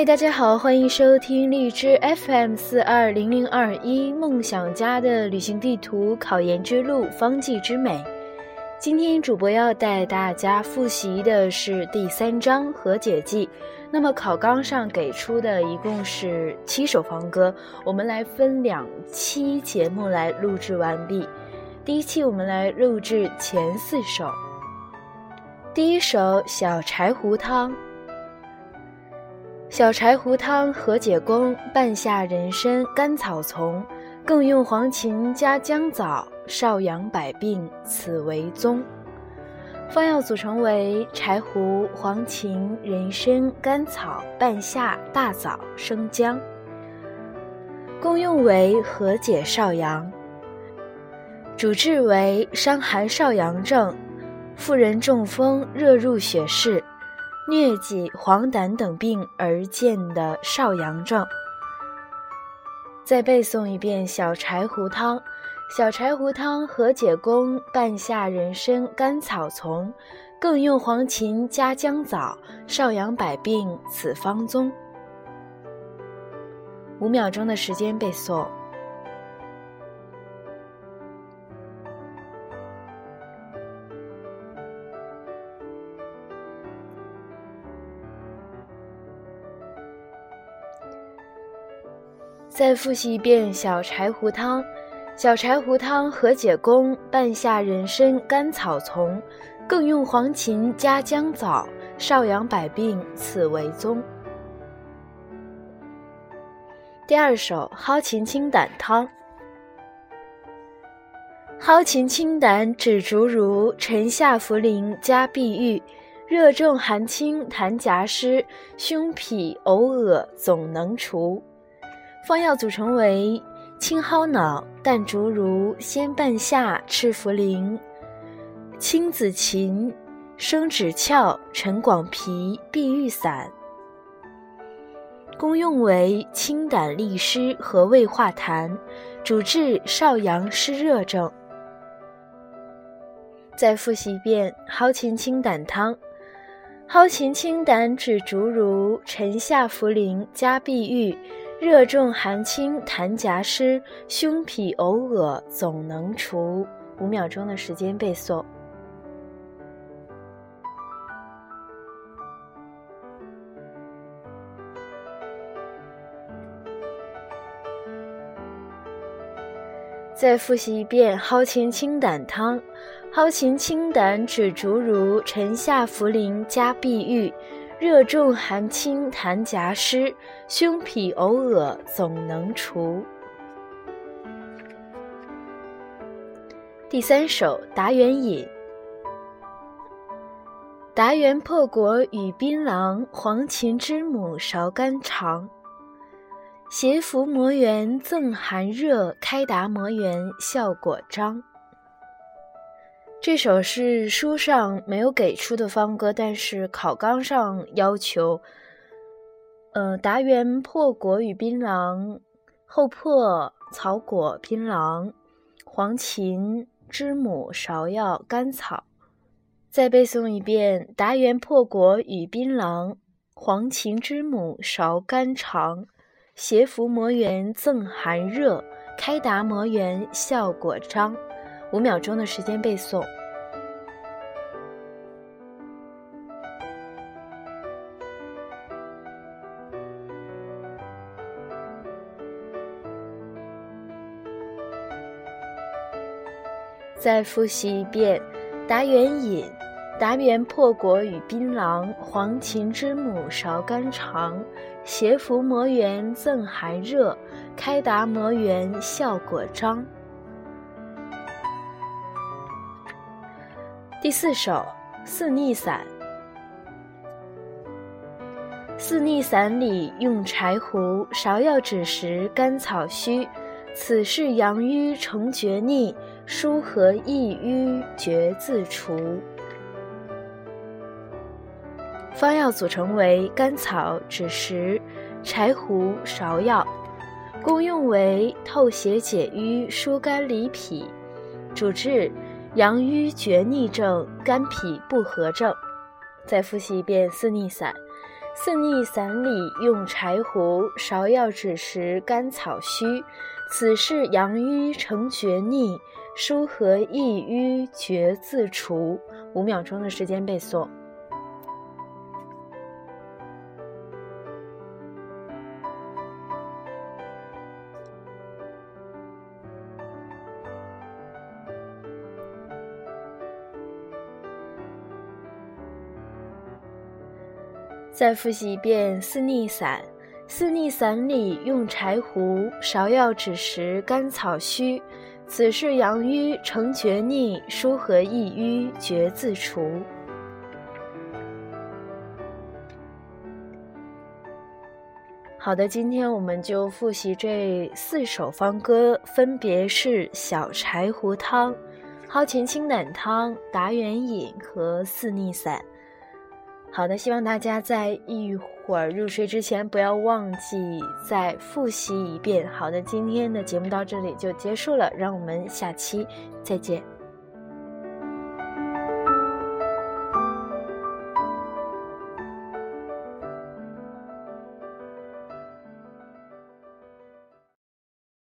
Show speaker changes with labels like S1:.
S1: 嗨，大家好，欢迎收听荔枝 FM4200021梦想家的旅行地图考研之路方剂之美。今天主播要带大家复习的是第3章和解记。那么考纲上给出的一共是7首方歌，我们来分2期节目来录制完毕。第一期我们来录制前4首。第一首小柴胡汤。小柴胡汤和解功，半夏人参甘草丛，更用黄芩加姜枣，少阳百病此为宗。方药组成为柴胡、黄芩、人参、甘草、半夏、大枣、生姜。功用为和解少阳，主治为伤寒少阳症、妇人中风、热入血室、疟疾、黄疸等病而见的少阳症。再背诵一遍小柴胡汤。小柴胡汤和解功，半夏人参甘草丛，更用黄芩加姜枣，少阳百病此方宗。5秒钟的时间背诵。再复习一遍小柴胡汤。小柴胡汤和解功，半夏人参甘草丛，更用黄芩加姜枣，少阳百病此为宗。第2首蒿芹清胆汤。蒿芹清胆止竹茹，沉下茯苓加碧玉，热重寒清痰夹湿，胸痞呕恶总能除。方药组成为青蒿脑、淡竹茹、鲜半夏、赤茯苓、青子芹、生枳壳、陈广皮、碧玉散。功用为清胆利湿和胃化痰，主治少阳湿热症。再复习一遍蒿芹清胆汤。蒿芹清胆止竹茹，沉下茯苓加碧玉，热重寒清痰夹湿，胸痞呕恶总能除。5秒钟的时间背诵。再复习一遍蒿芹清胆汤。蒿芹清胆止竹茹，沉下茯苓加碧玉，热重寒清痰夹湿，胸痞呕恶总能除。第3首达元饮。达元破果与槟榔，黄芩知母芍甘肠。邪服魔元赠寒热，开达魔元效果彰。这首是书上没有给出的方歌，但是考纲上要求达元破果与槟榔，后破草果、槟榔、黄芩、知母、芍药、甘草。再背诵一遍达元破果与槟榔，黄芩知母芍甘肠，邪服魔元赠寒热，开达魔元效果彰。5秒钟的时间背诵。再复习一遍达元饮。达元破果与槟榔，黄芩知母芍甘肠，邪服魔元赠寒热，开达魔元效果彰。第4首四逆散。四逆散里用柴胡、芍药枳实、甘草须，此是阳瘀成厥逆，疏和抑瘀厥自除。方药组成为甘草、枳实、柴胡、芍药。功用为透邪解瘀、疏肝理脾，主治阳瘀厥逆症、肝脾不和症。再复习一遍四逆散。 四逆散里用柴胡，芍药枳实甘草须。此事阳瘀成厥逆，疏和益瘀厥自除。5秒钟的时间背诵。再复习一遍四逆散。四逆散里用柴胡，芍药枳实甘草须。此事阳瘀成厥逆，疏和益瘀厥自除。好的，今天我们就复习这4首方歌，分别是小柴胡汤、蒿前清胆汤、达元饮和四逆散。好的，希望大家在一会儿入睡之前不要忘记再复习一遍。好的，今天的节目到这里就结束了，让我们下期再见。